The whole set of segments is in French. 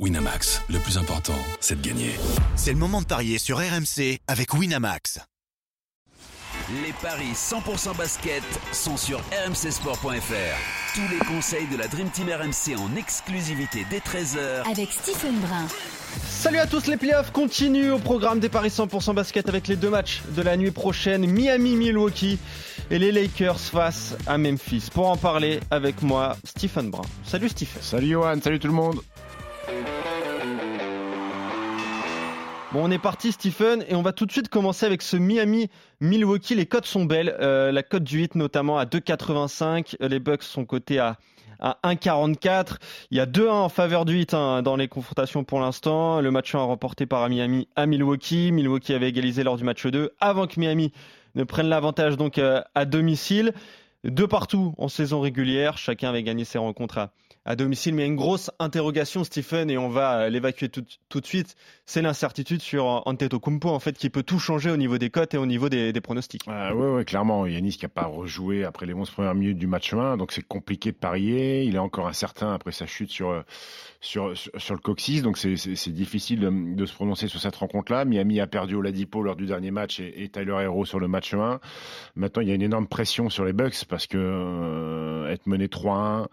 Winamax, le plus important, c'est de gagner. C'est le moment de parier sur RMC avec Winamax. Les paris 100% basket sont sur rmcsport.fr. Tous les conseils de la Dream Team RMC en exclusivité dès 13h avec Stephen Brun. Salut à tous, les playoffs continuent au programme des paris 100% basket avec les deux matchs de la nuit prochaine, Miami-Milwaukee et les Lakers face à Memphis. Pour en parler avec moi, Stephen Brun. Salut Stephen. Salut Johan, salut tout le monde. Bon, on est parti Stephen et on va tout de suite commencer avec ce Miami-Milwaukee. Les cotes sont belles, la cote du 8 notamment à 2,85, les Bucks sont cotés à 1,44. Il y a 2-1 en faveur du 8 dans les confrontations pour l'instant. Le match 1 remporté par Miami à Milwaukee. Milwaukee avait égalisé lors du match 2 avant que Miami ne prenne l'avantage donc à domicile. 2 partout en saison régulière, chacun avait gagné ses rencontres à domicile, mais il y a une grosse interrogation, Stephen, et on va l'évacuer tout de suite. C'est l'incertitude sur Antetokounmpo, en fait, qui peut tout changer au niveau des cotes et au niveau des pronostics. Oui, clairement. Yanis qui n'a pas rejoué après les 11 premières minutes du match 1, donc c'est compliqué de parier. Il est encore incertain après sa chute sur le coccyx, donc c'est difficile de se prononcer sur cette rencontre-là. Miami a perdu Oladipo lors du dernier match et Tyler Herro sur le match 1. Maintenant, il y a une énorme pression sur les Bucks parce que être mené 3-1,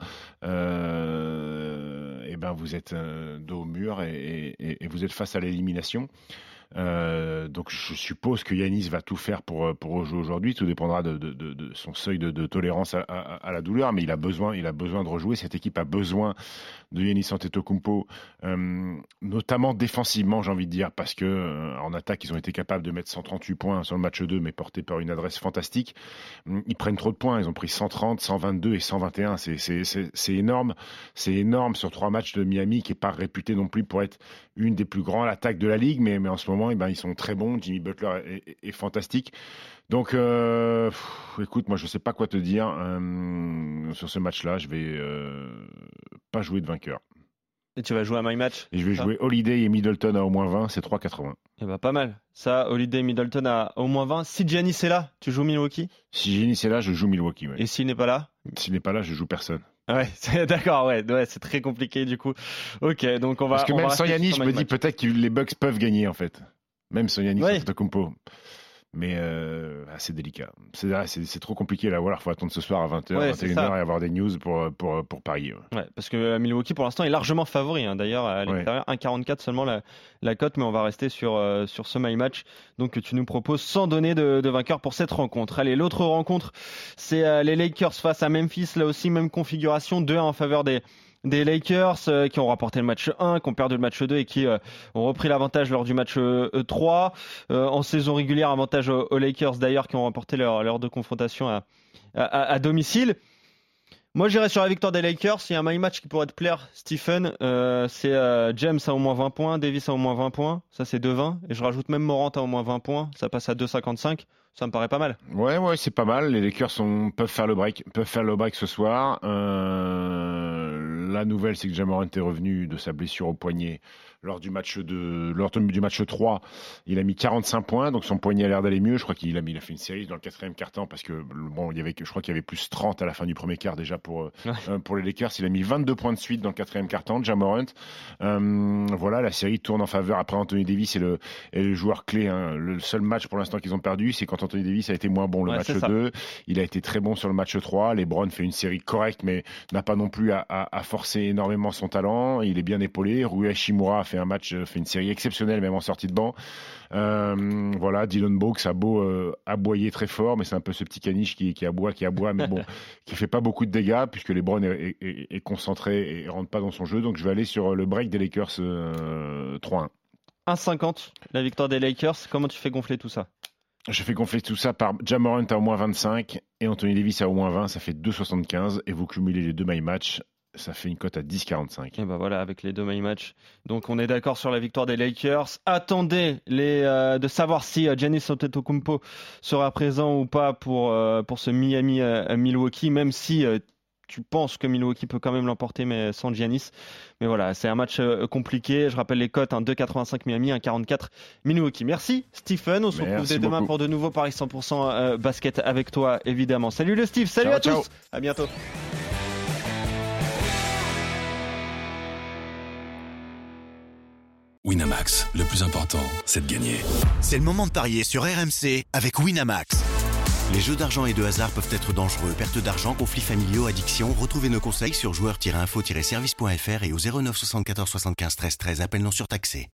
et ben vous êtes dos au mur et vous êtes face à l'élimination. Donc je suppose que Yanis va tout faire pour rejouer aujourd'hui. Tout dépendra de son seuil de tolérance à la douleur, mais il a besoin de rejouer. Cette équipe a besoin de Yanis Antetokounmpo, notamment défensivement, j'ai envie de dire, parce que en attaque ils ont été capables de mettre 138 points sur le match 2, mais portés par une adresse fantastique. Ils prennent trop de points, ils ont pris 130, 122 et 121. C'est énorme sur 3 matchs de Miami, qui est pas réputé non plus pour être une des plus grandes attaques de la ligue, mais en ce moment ils sont très bons. Jimmy Butler est fantastique. Donc, écoute, moi je sais pas quoi te dire sur ce match-là. Je vais pas jouer de vainqueur. Et tu vas jouer à My Match? Et je vais jouer Holiday et Middleton à au moins 20, c'est 3,80. Eh ben, pas mal. Ça, Holiday et Middleton à au moins 20. Si Giannis est là, tu joues Milwaukee? Si Giannis est là, je joue Milwaukee. Ouais. Et s'il n'est pas là? S'il n'est pas là, je joue personne. Ouais, d'accord, ouais, c'est très compliqué du coup. Ok, donc on va. Parce que même sans Giannis, je me dis peut-être que les Bucks peuvent gagner en fait. Même sans Yanis Antetokounmpo. Mais c'est délicat. C'est trop compliqué là. Voilà, il faut attendre ce soir à 20h, 21h et avoir des news pour parier. Ouais, parce que Milwaukee pour l'instant est largement favori. D'ailleurs, à l'extérieur, 1,44 seulement la cote, mais on va rester sur ce My Match. Donc que tu nous proposes sans donner de vainqueur pour cette rencontre. Allez, l'autre rencontre, c'est les Lakers face à Memphis. Là aussi, même configuration, 2-1 en faveur des Lakers qui ont remporté le match 1, qui ont perdu le match 2 et qui ont repris l'avantage lors du match 3. En saison régulière, avantage aux Lakers d'ailleurs qui ont remporté leurs 2 confrontations à domicile. Moi, j'irai sur la victoire des Lakers. Il y a un My Match qui pourrait te plaire, Stephen. C'est James à au moins 20 points, Davis à au moins 20 points. Ça, c'est 2,20. Et je rajoute même Morant à au moins 20 points. Ça passe à 2,55. Ça me paraît pas mal. Ouais, c'est pas mal. Les Lakers peuvent faire le break ce soir. La nouvelle, c'est que Ja Morant est revenu de sa blessure au poignet lors du match 3. Il a mis 45 points, donc son poignet a l'air d'aller mieux. Je crois qu'il a fait une série dans le 4e quart-temps parce que je crois qu'il y avait plus 30 à la fin du premier quart déjà pour les Lakers. Il a mis 22 points de suite dans le 4e quart-temps, Ja Morant. Voilà, la série tourne en faveur. Après, Anthony Davis est le joueur clé. Le seul match pour l'instant qu'ils ont perdu, c'est quand Anthony Davis a été moins bon le match 2. Il a été très bon sur le match 3. LeBron fait une série correcte, mais n'a pas non plus à forcer énormément son talent. Il est bien épaulé. Rui Hachimura fait une série exceptionnelle, même en sortie de banc. Voilà, Dylan Brooks a beau aboyer très fort, mais c'est un peu ce petit caniche qui aboie, mais bon, qui fait pas beaucoup de dégâts puisque LeBron est concentré et rentre pas dans son jeu. Donc je vais aller sur le break des Lakers 3-1. 1,50 la victoire des Lakers. Comment tu fais gonfler tout ça? Je fais gonfler tout ça par Ja Morant à au moins 25 et Anthony Davis à au moins 20. Ça fait 2,75 et vous cumulez les 2 My Match. Ça fait une cote à 10,45. Et ben voilà, avec les 2 My Match. Donc on est d'accord sur la victoire des Lakers. Attendez de savoir si Giannis Antetokounmpo sera présent ou pas pour ce Miami-Milwaukee, même si tu penses que Milwaukee peut quand même l'emporter, mais sans Giannis. Mais voilà, c'est un match compliqué. Je rappelle les cotes, 2,85 Miami, 1,44 Milwaukee. Merci Stephen. On se retrouve dès demain pour de nouveaux paris 100% basket avec toi, évidemment. Salut le Steve, salut à tous. À bientôt. Winamax, le plus important, c'est de gagner. C'est le moment de parier sur RMC avec Winamax. Les jeux d'argent et de hasard peuvent être dangereux. Perte d'argent, conflits familiaux, addiction. Retrouvez nos conseils sur joueurs-info-service.fr et au 09 74 75 13 13. Appel non surtaxé.